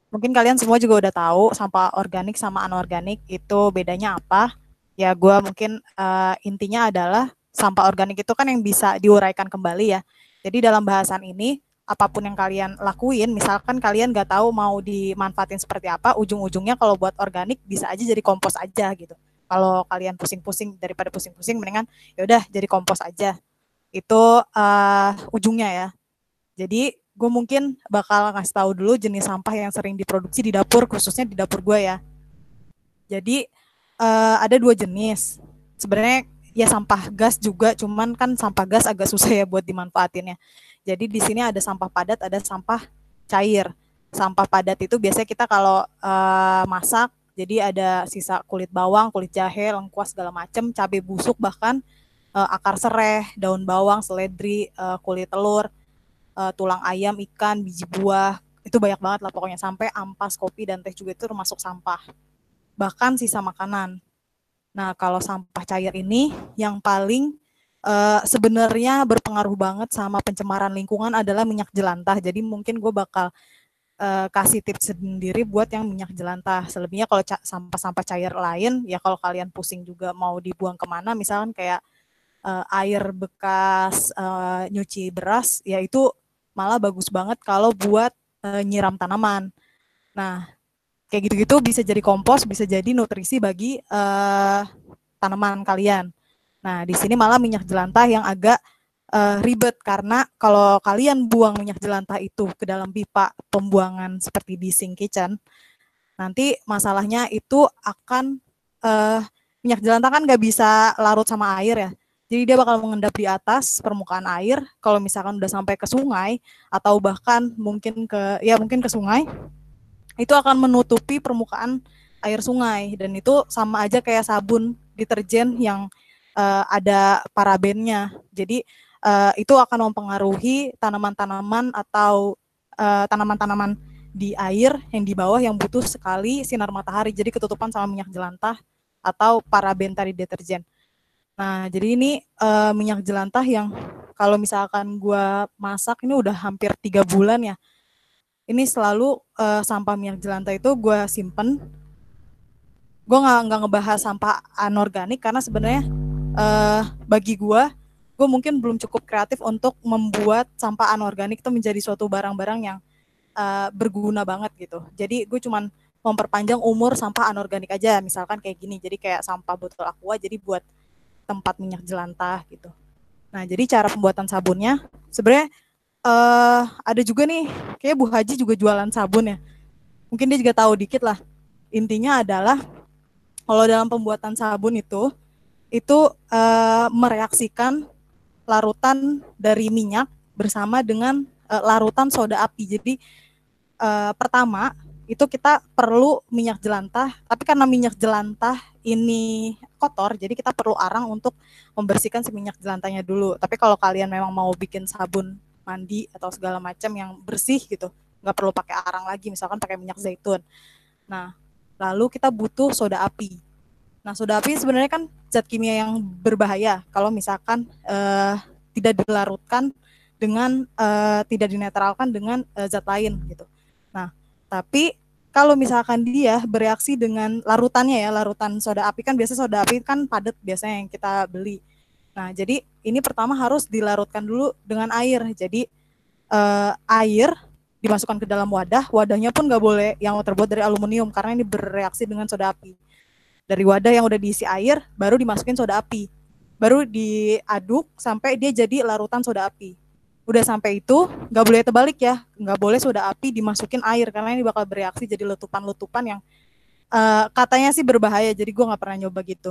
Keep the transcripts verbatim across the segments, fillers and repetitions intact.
Mungkin kalian semua juga udah tahu sampah organik sama anorganik itu bedanya apa. Ya gue mungkin uh, intinya adalah sampah organik itu kan yang bisa diuraikan kembali ya. Jadi dalam bahasan ini apapun yang kalian lakuin, misalkan kalian gak tahu mau dimanfaatin seperti apa, ujung-ujungnya kalau buat organik bisa aja jadi kompos aja gitu. Kalau kalian pusing-pusing daripada pusing-pusing, mendingan ya udah jadi kompos aja. Itu uh, ujungnya ya. Jadi gue mungkin bakal ngasih tahu dulu jenis sampah yang sering diproduksi di dapur, khususnya di dapur gue ya. Jadi uh, ada dua jenis. Sebenarnya ya sampah gas juga, cuman kan sampah gas agak susah ya buat dimanfaatinnya. Jadi di sini ada sampah padat, ada sampah cair. Sampah padat itu biasanya kita kalau uh, masak, jadi ada sisa kulit bawang, kulit jahe, lengkuas segala macem, cabai busuk bahkan uh, akar sereh, daun bawang, seledri, uh, kulit telur, uh, tulang ayam, ikan, biji buah, itu banyak banget lah pokoknya, sampai ampas, kopi, dan teh juga itu termasuk sampah. Bahkan sisa makanan. Nah, kalau sampah cair ini yang paling uh, sebenarnya berpengaruh banget sama pencemaran lingkungan adalah minyak jelantah. Jadi mungkin gue bakal uh, kasih tips sendiri buat yang minyak jelantah. Selebihnya kalau ca- sampah-sampah cair lain, ya kalau kalian pusing juga mau dibuang kemana, misalkan kayak uh, air bekas uh, nyuci beras, ya itu malah bagus banget kalau buat uh, nyiram tanaman. Nah, kayak gitu-gitu bisa jadi kompos, bisa jadi nutrisi bagi uh, tanaman kalian. Nah, di sini malah minyak jelantah yang agak uh, ribet karena kalau kalian buang minyak jelantah itu ke dalam pipa pembuangan seperti di sink kitchen, nanti masalahnya itu akan uh, minyak jelantah kan nggak bisa larut sama air ya. Jadi dia bakal mengendap di atas permukaan air. Kalau misalkan udah sampai ke sungai atau bahkan mungkin ke ya mungkin ke sungai, itu akan menutupi permukaan air sungai dan itu sama aja kayak sabun deterjen yang uh, ada parabennya. Jadi uh, itu akan mempengaruhi tanaman-tanaman atau uh, tanaman-tanaman di air yang di bawah yang butuh sekali sinar matahari. Jadi ketutupan sama minyak jelantah atau paraben tadi deterjen. Nah, jadi ini uh, minyak jelantah yang kalau misalkan gue masak ini udah hampir tiga bulan ya. Ini selalu uh, sampah minyak jelantah itu gue simpen. Gue nggak nggak ngebahas sampah anorganik karena sebenarnya uh, bagi gue, gue mungkin belum cukup kreatif untuk membuat sampah anorganik itu menjadi suatu barang-barang yang uh, berguna banget gitu. Jadi gue cuman memperpanjang umur sampah anorganik aja, misalkan kayak gini. Jadi kayak sampah botol aqua, jadi buat tempat minyak jelantah gitu. Nah, jadi cara pembuatan sabunnya sebenarnya uh, ada juga nih, kayak Bu Haji juga jualan sabun ya. Mungkin dia juga tahu dikit lah. Intinya adalah kalau dalam pembuatan sabun itu itu uh, mereaksikan larutan dari minyak bersama dengan uh, larutan soda api. Jadi uh, pertama itu kita perlu minyak jelantah, tapi karena minyak jelantah ini kotor, jadi kita perlu arang untuk membersihkan si minyak jelantahnya dulu. Tapi kalau kalian memang mau bikin sabun mandi atau segala macam yang bersih gitu, nggak perlu pakai arang lagi, misalkan pakai minyak zaitun. Nah, lalu kita butuh soda api. Nah, soda api sebenarnya kan zat kimia yang berbahaya kalau misalkan uh, tidak dilarutkan dengan uh, tidak dinetralkan dengan uh, zat lain gitu. Nah, tapi kalau misalkan dia bereaksi dengan larutannya ya, larutan soda api kan biasa soda api kan padat biasanya yang kita beli. Nah, jadi ini pertama harus dilarutkan dulu dengan air. Jadi uh, air dimasukkan ke dalam wadah, wadahnya pun nggak boleh yang terbuat dari aluminium karena ini bereaksi dengan soda api. Dari wadah yang udah diisi air, baru dimasukin soda api. Baru diaduk sampai dia jadi larutan soda api. Udah sampai itu, nggak boleh terbalik ya. Nggak boleh soda api dimasukin air, karena ini bakal bereaksi jadi letupan-letupan yang uh, katanya sih berbahaya, jadi gue nggak pernah nyoba gitu.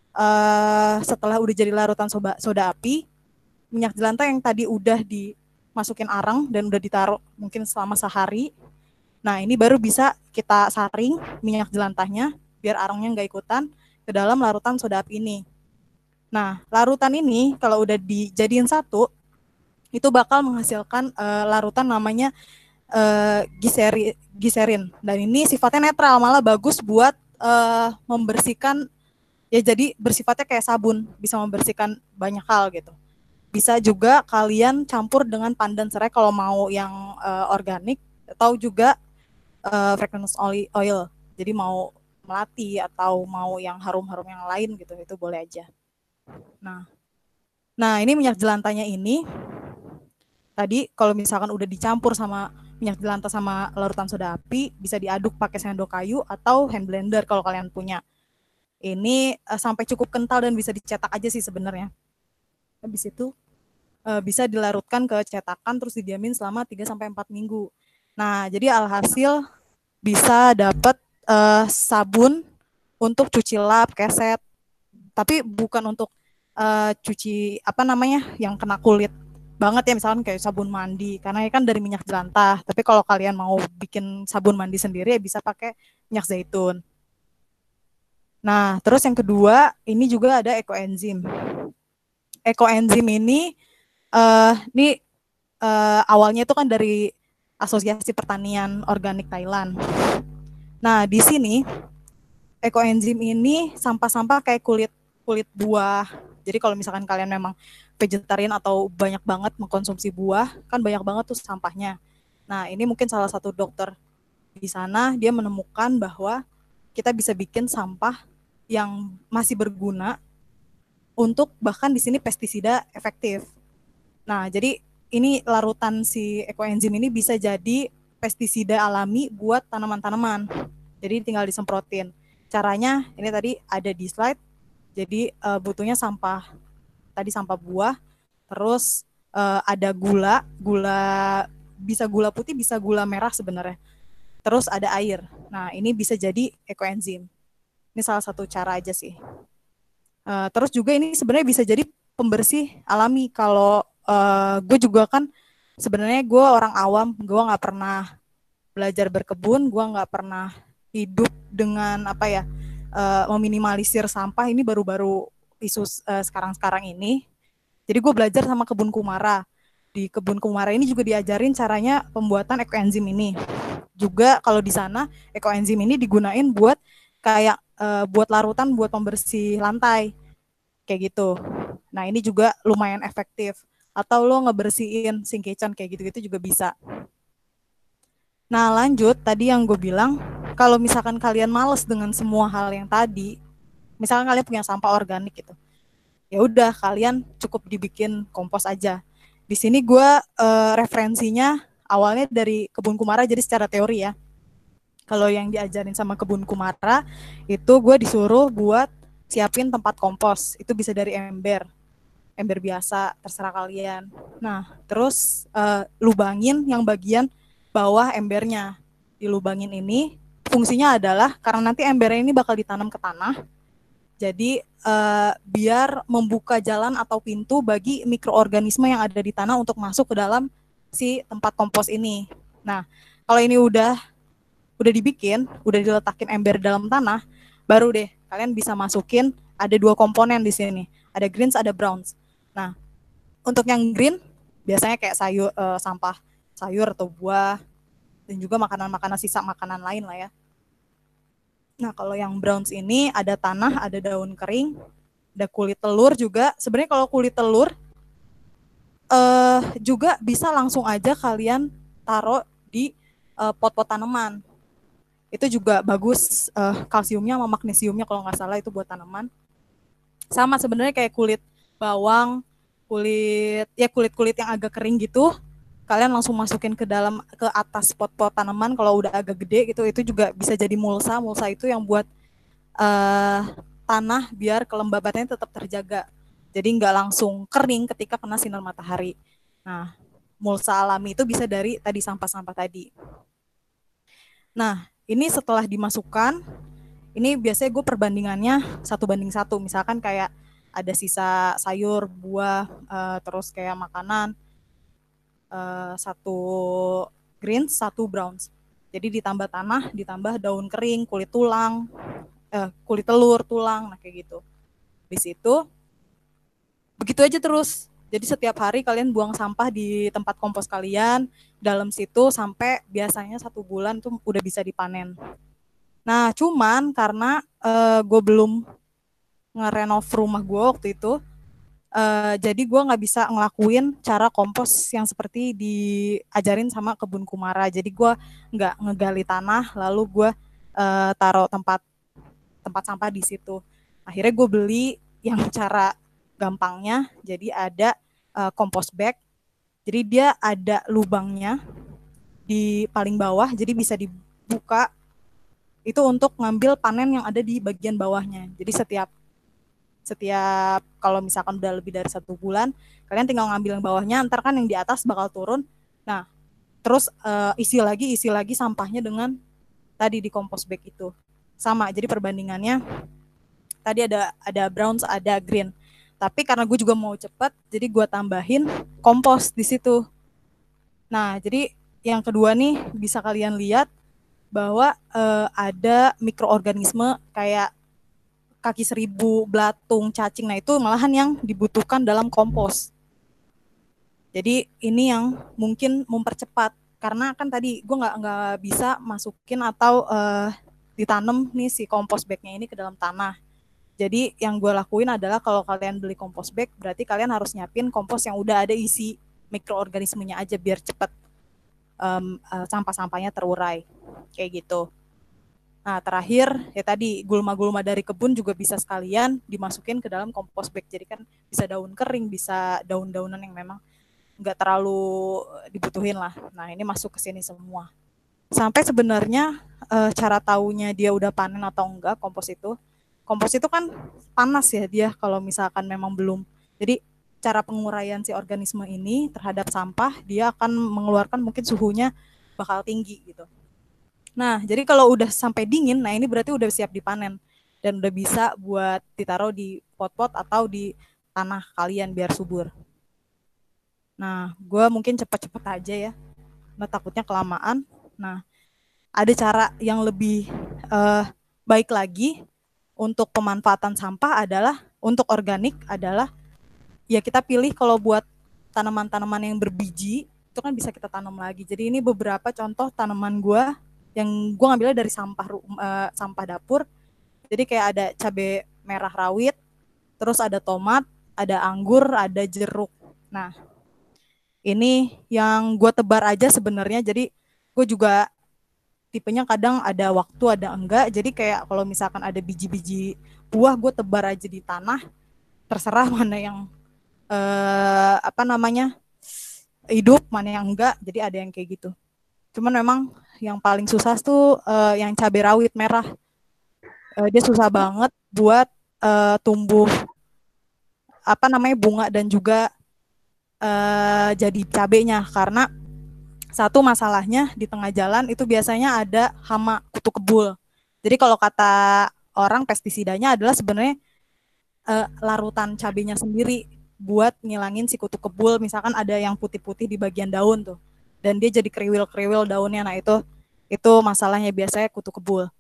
Uh, setelah udah jadi larutan soda, soda api, minyak jelantah yang tadi udah dimasukin arang dan udah ditaruh mungkin selama sehari, nah ini baru bisa kita saring minyak jelantahnya biar arangnya nggak ikutan ke dalam larutan soda api ini. Nah, larutan ini kalau udah dijadiin satu, itu bakal menghasilkan uh, larutan namanya uh, giseri, giserin. Dan ini sifatnya netral, malah bagus buat uh, membersihkan, ya jadi bersifatnya kayak sabun, bisa membersihkan banyak hal gitu. Bisa juga kalian campur dengan pandan serai kalau mau yang uh, organik, atau juga uh, fragrance oil. Jadi mau melati atau mau yang harum-harum yang lain gitu, itu boleh aja. Nah, nah ini minyak jelantanya ini tadi kalau misalkan udah dicampur sama minyak jelantah sama larutan soda api, bisa diaduk pakai sendok kayu atau hand blender kalau kalian punya. Ini uh, sampai cukup kental dan bisa dicetak aja sih sebenarnya. Habis itu uh, bisa dilarutkan ke cetakan terus didiamin selama tiga sampai empat minggu. Nah, jadi alhasil bisa dapat uh, sabun untuk cuci lap, keset, tapi bukan untuk uh, cuci apa namanya yang kena kulit banget ya, misalkan kayak sabun mandi karena kan dari minyak jelantah. Tapi kalau kalian mau bikin sabun mandi sendiri ya bisa pakai minyak zaitun. Nah, terus yang kedua, ini juga ada ekoenzim. Ekoenzim ini uh, ini uh, awalnya itu kan dari Asosiasi Pertanian Organik Thailand. Nah, di sini ekoenzim ini sampah-sampah kayak kulit kulit buah. Jadi kalau misalkan kalian memang vegetarian atau banyak banget mengkonsumsi buah, kan banyak banget tuh sampahnya. Nah, ini mungkin salah satu dokter di sana dia menemukan bahwa kita bisa bikin sampah yang masih berguna untuk bahkan di sini pestisida efektif. Nah, jadi ini larutan si ekoenzim ini bisa jadi pestisida alami buat tanaman-tanaman. Jadi tinggal disemprotin. Caranya ini tadi ada di slide. Jadi uh, butuhnya sampah, tadi sampah buah, terus uh, ada gula, gula bisa gula putih, bisa gula merah sebenarnya. Terus ada air. Nah, ini bisa jadi ekoenzim. Ini salah satu cara aja sih. Uh, terus juga ini sebenarnya bisa jadi pembersih alami. Kalau uh, gue juga kan sebenarnya gue orang awam, gue nggak pernah belajar berkebun, gue nggak pernah hidup dengan apa ya uh, meminimalisir sampah. Ini baru-baru isu uh, sekarang-sekarang ini. Jadi gue belajar sama kebun kumara. Di kebun kumara ini juga diajarin caranya pembuatan ekoenzim ini. Juga kalau di sana ekoenzim ini digunain buat kayak uh, buat larutan buat pembersih lantai kayak gitu. Nah, ini juga lumayan efektif. Atau lo ngebersihin sink kitchen kayak gitu-gitu juga bisa. Nah, lanjut tadi yang gue bilang, kalau misalkan kalian males dengan semua hal yang tadi, misalkan kalian punya sampah organik gitu, ya udah kalian cukup dibikin kompos aja. Di sini gue uh, referensinya awalnya dari kebun kumara, jadi secara teori ya. Kalau yang diajarin sama kebun kumara itu gue disuruh buat siapin tempat kompos. Itu bisa dari ember, ember biasa, terserah kalian. Nah, terus uh, lubangin yang bagian bawah embernya. Dilubangin ini fungsinya adalah karena nanti embernya ini bakal ditanam ke tanah. Jadi uh, biar membuka jalan atau pintu bagi mikroorganisme yang ada di tanah untuk masuk ke dalam si tempat kompos ini. Nah, kalau ini udah udah dibikin, udah diletakin ember dalam tanah, baru deh kalian bisa masukin, ada dua komponen di sini, ada greens, ada browns. Nah, untuk yang green biasanya kayak sayur, uh, sampah sayur atau buah, dan juga makanan-makanan sisa makanan lain lah ya. Nah, kalau yang browns ini ada tanah, ada daun kering, ada kulit telur juga. Sebenarnya kalau kulit telur uh, juga bisa langsung aja kalian taruh di uh, pot-pot tanaman. Itu juga bagus uh, kalsiumnya sama magnesiumnya kalau nggak salah itu buat tanaman. Sama sebenarnya kayak kulit bawang, kulit ya kulit-kulit yang agak kering gitu, kalian langsung masukin ke dalam ke atas pot-pot tanaman kalau udah agak gede gitu, itu juga bisa jadi mulsa. Mulsa itu yang buat uh, tanah biar kelembabannya tetap terjaga. Jadi nggak langsung kering ketika kena sinar matahari. Nah, mulsa alami itu bisa dari tadi sampah-sampah tadi. Nah, ini setelah dimasukkan, ini biasanya gue perbandingannya satu banding satu. Misalkan kayak ada sisa sayur, buah, uh, terus kayak makanan, uh, satu greens, satu browns. Jadi ditambah tanah, ditambah daun kering, kulit tulang, uh, kulit telur, tulang, nah kayak gitu. Di situ, begitu aja terus. Jadi setiap hari kalian buang sampah di tempat kompos kalian, dalam situ sampai biasanya satu bulan tuh udah bisa dipanen. Nah, cuman karena uh, gue belum ngerenov rumah gue waktu itu, Uh, jadi gue nggak bisa ngelakuin cara kompos yang seperti diajarin sama kebun Kumara. Jadi gue nggak ngegali tanah, lalu gue uh, taruh tempat tempat sampah di situ. Akhirnya gue beli yang cara gampangnya. Jadi ada uh, kompos bag. Jadi dia ada lubangnya di paling bawah, jadi bisa dibuka. Itu untuk ngambil panen yang ada di bagian bawahnya. Jadi setiap setiap kalau misalkan udah lebih dari satu bulan, kalian tinggal ngambil yang bawahnya, ntar kan yang di atas bakal turun. Nah, terus uh, isi lagi, isi lagi sampahnya dengan tadi di kompos bag itu. Sama, jadi perbandingannya tadi ada ada brown, ada green. Tapi karena gue juga mau cepet, jadi gue tambahin kompos di situ. Nah, jadi yang kedua nih bisa kalian lihat bahwa uh, ada mikroorganisme kayak kaki seribu, belatung, cacing. Nah itu malahan yang dibutuhkan dalam kompos. Jadi ini yang mungkin mempercepat karena kan tadi gue nggak nggak bisa masukin atau uh, ditanam nih si kompos bagnya ini ke dalam tanah. Jadi yang gue lakuin adalah kalau kalian beli kompos bag, berarti kalian harus nyiapin kompos yang udah ada isi mikroorganismenya aja biar cepat um, uh, sampah-sampahnya terurai kayak gitu. Nah, terakhir ya tadi gulma-gulma dari kebun juga bisa sekalian dimasukin ke dalam kompos bag. Jadi kan bisa daun kering, bisa daun-daunan yang memang nggak terlalu dibutuhin lah. Nah, ini masuk ke sini semua. Sampai sebenarnya e, cara taunya dia udah panen atau enggak kompos itu. Kompos itu kan panas ya dia kalau misalkan memang belum. Jadi cara penguraian si organisme ini terhadap sampah, dia akan mengeluarkan mungkin suhunya bakal tinggi gitu. Nah, jadi kalau udah sampai dingin, nah ini berarti udah siap dipanen dan udah bisa buat ditaruh di pot-pot atau di tanah kalian biar subur. Nah, gue mungkin cepet-cepet aja ya, nah takutnya kelamaan. Nah, ada cara yang lebih uh, baik lagi untuk pemanfaatan sampah adalah, untuk organik adalah, ya kita pilih kalau buat tanaman-tanaman yang berbiji, itu kan bisa kita tanam lagi. Jadi ini beberapa contoh tanaman gue yang gue ngambilnya dari sampah uh, sampah dapur. Jadi kayak ada cabai merah rawit, terus ada tomat, ada anggur, ada jeruk. Nah, ini yang gue tebar aja sebenarnya. Jadi gue juga tipenya kadang ada waktu, ada enggak. Jadi kayak kalau misalkan ada biji-biji buah, gue tebar aja di tanah. Terserah mana yang uh, apa namanya hidup, mana yang enggak. Jadi ada yang kayak gitu. Cuman memang yang paling susah tuh uh, yang cabai rawit merah. Uh, dia susah banget buat uh, tumbuh apa namanya bunga dan juga uh, jadi cabenya, karena satu masalahnya di tengah jalan itu biasanya ada hama kutu kebul. Jadi kalau kata orang pestisidanya adalah sebenarnya uh, larutan cabenya sendiri buat ngilangin si kutu kebul. Misalkan ada yang putih-putih di bagian daun tuh, dan dia jadi kriwil-kriwil daunnya. Nah itu itu masalahnya biasanya kutu kebul.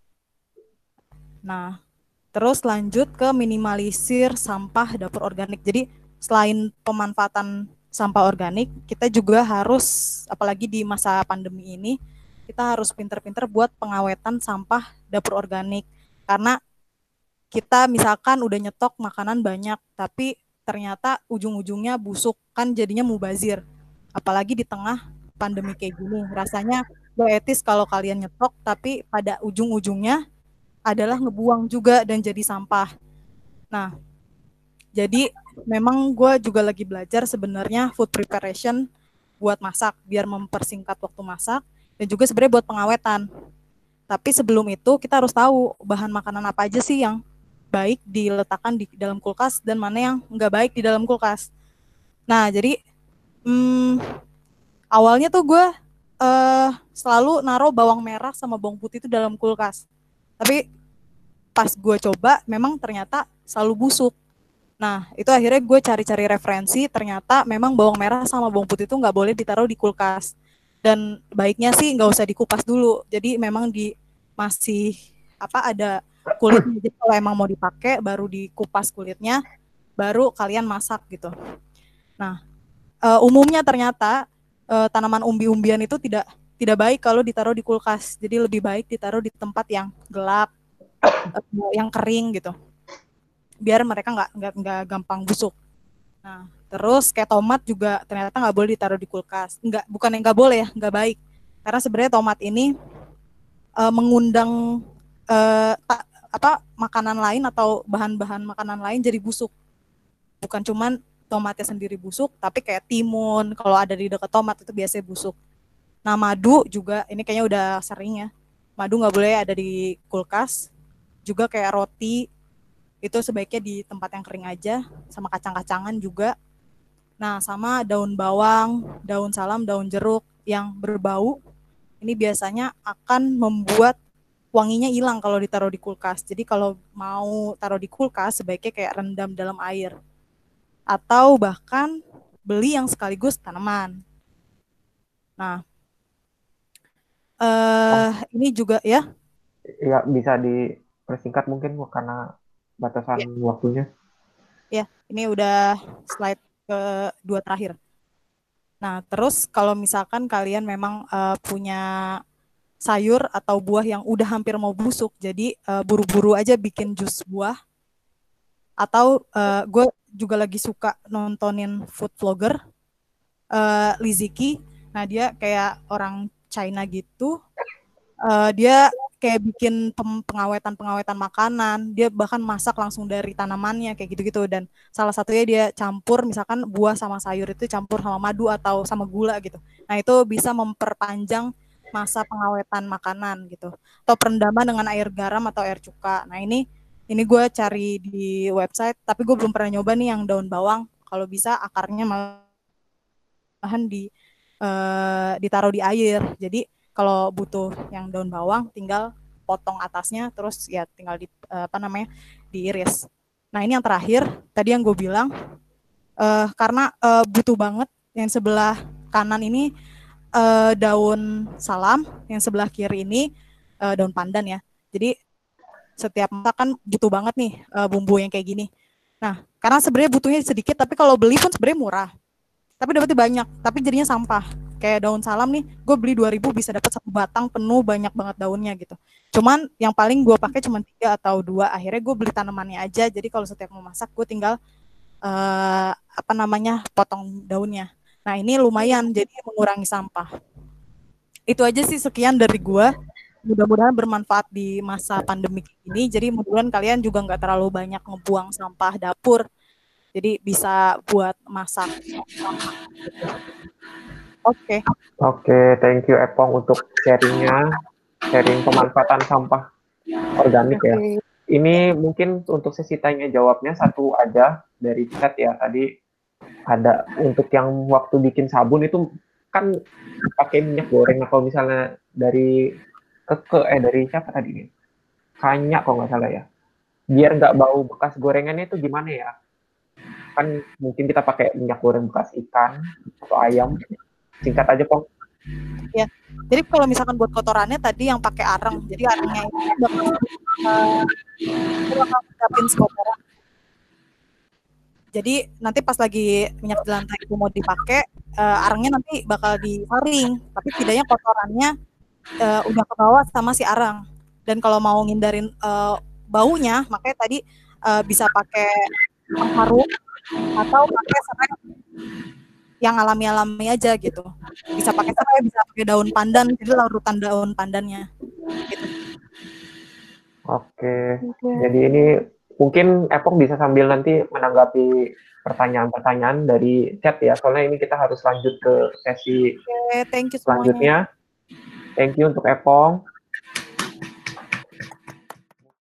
Nah terus lanjut ke minimalisir sampah dapur organik. Jadi selain pemanfaatan sampah organik, kita juga harus, apalagi di masa pandemi ini, kita harus pinter-pinter buat pengawetan sampah dapur organik. Karena kita misalkan udah nyetok makanan banyak, tapi ternyata ujung-ujungnya busuk, kan jadinya mubazir. Apalagi di tengah pandemi kayak gini, rasanya gak etis kalau kalian nyetok, tapi pada ujung-ujungnya adalah ngebuang juga dan jadi sampah. Nah, jadi memang gue juga lagi belajar sebenarnya food preparation buat masak, biar mempersingkat waktu masak, dan juga sebenarnya buat pengawetan. Tapi sebelum itu kita harus tahu bahan makanan apa aja sih yang baik diletakkan di dalam kulkas dan mana yang nggak baik di dalam kulkas. Nah, jadi hmm, awalnya tuh gue uh, selalu naruh bawang merah sama bawang putih itu dalam kulkas. Tapi pas gue coba, memang ternyata selalu busuk. Nah, itu akhirnya gue cari-cari referensi, ternyata memang bawang merah sama bawang putih itu nggak boleh ditaruh di kulkas. Dan baiknya sih nggak usah dikupas dulu. Jadi memang di masih apa ada kulitnya. Jadi kalau emang mau dipakai, baru dikupas kulitnya, baru kalian masak gitu. Nah, uh, umumnya ternyata uh, tanaman umbi-umbian itu tidak tidak baik kalau ditaruh di kulkas. Jadi lebih baik ditaruh di tempat yang gelap, uh, yang kering gitu, biar mereka nggak nggak nggak gampang busuk. Nah, terus kayak tomat juga ternyata nggak boleh ditaruh di kulkas. Nggak, bukan yang nggak boleh ya, nggak baik. Karena sebenarnya tomat ini uh, mengundang uh, ta- apa makanan lain atau bahan-bahan makanan lain jadi busuk. Bukan cuman tomatnya sendiri busuk, tapi kayak timun kalau ada di dekat tomat itu biasanya busuk. Nah, madu juga ini kayaknya udah sering ya. Madu nggak boleh ada di kulkas. Juga kayak roti itu sebaiknya di tempat yang kering aja, sama kacang-kacangan juga. Nah, sama daun bawang, daun salam, daun jeruk yang berbau, ini biasanya akan membuat wanginya hilang kalau ditaruh di kulkas. Jadi kalau mau taruh di kulkas, sebaiknya kayak rendam dalam air. Atau bahkan beli yang sekaligus tanaman. Nah, Oh, eh ini juga ya. ya bisa dipersingkat mungkin karena batasan Ya, waktunya. ya, ini udah slide kedua terakhir. Nah, terus kalau misalkan kalian memang uh, punya sayur atau buah yang udah hampir mau busuk, jadi uh, buru-buru aja bikin jus buah. Atau uh, gue juga lagi suka nontonin food vlogger, uh, Liziki. Nah, dia kayak orang China gitu. Uh, dia kayak bikin pengawetan-pengawetan makanan. Dia bahkan masak langsung dari tanamannya kayak gitu-gitu. Dan salah satunya dia campur misalkan buah sama sayur itu campur sama madu atau sama gula gitu. Nah, itu bisa memperpanjang masa pengawetan makanan gitu. Atau perendaman dengan air garam atau air cuka. Nah, ini ini gue cari di website, tapi gue belum pernah nyoba nih yang daun bawang. Kalau bisa akarnya malahan di uh, ditaruh di air. Jadi kalau butuh yang daun bawang, tinggal potong atasnya, terus ya tinggal di uh, apa namanya diiris. Nah, ini yang terakhir, tadi yang gue bilang, uh, karena uh, butuh banget yang sebelah kanan ini uh, daun salam, yang sebelah kiri ini uh, daun pandan ya. Jadi setiap masak kan butuh banget nih uh, bumbu yang kayak gini. Nah, karena sebenarnya butuhnya sedikit, tapi kalau beli pun sebenarnya murah. Tapi dapetnya banyak, tapi jadinya sampah. Kayak daun salam nih, gue beli dua ribu bisa dapat satu batang penuh banyak banget daunnya gitu. Cuman yang paling gue pakai cuma tiga atau dua. Akhirnya gue beli tanamannya aja. Jadi kalau setiap mau masak, gue tinggal uh, apa namanya potong daunnya. Nah, ini lumayan jadi mengurangi sampah. Itu aja sih sekian dari gue. Mudah-mudahan bermanfaat di masa pandemi ini. Jadi mudah-mudahan kalian juga nggak terlalu banyak ngebuang sampah dapur. Jadi bisa buat masak. Oke. Okay. Oke, thank you Epong untuk sharingnya, sharing pemanfaatan sampah organik ya. Okay. Ini mungkin untuk sesi tanya jawabnya satu aja dari chat ya. Tadi ada untuk yang waktu bikin sabun itu kan pakai minyak goreng atau misalnya dari keke eh dari siapa tadi nih? Kanyak kalau nggak salah ya. Biar nggak bau bekas gorengannya itu gimana ya? Kan mungkin kita pakai minyak goreng bekas ikan atau ayam. Singkat aja, Pong. Ya, jadi kalau misalkan buat kotorannya tadi yang pakai areng, jadi arengnya itu bakal uh, bakal ngecapin kotoran. Jadi nanti pas lagi minyak di lantai itu mau dipakai, uh, arengnya nanti bakal disaring, tapi setidaknya kotorannya uh, udah ke bawah sama si areng. Dan kalau mau ngindarin uh, baunya, makanya tadi uh, bisa pakai pengharum atau pakai serai yang alami-alami aja gitu. Bisa pakai serai, bisa pakai daun pandan, jadi larutan daun pandannya. Gitu. Oke, Okay. jadi ini mungkin Epong bisa sambil nanti menanggapi pertanyaan-pertanyaan dari chat ya, soalnya ini kita harus lanjut ke sesi Okay, thank you semuanya. selanjutnya. Thank you untuk Epong.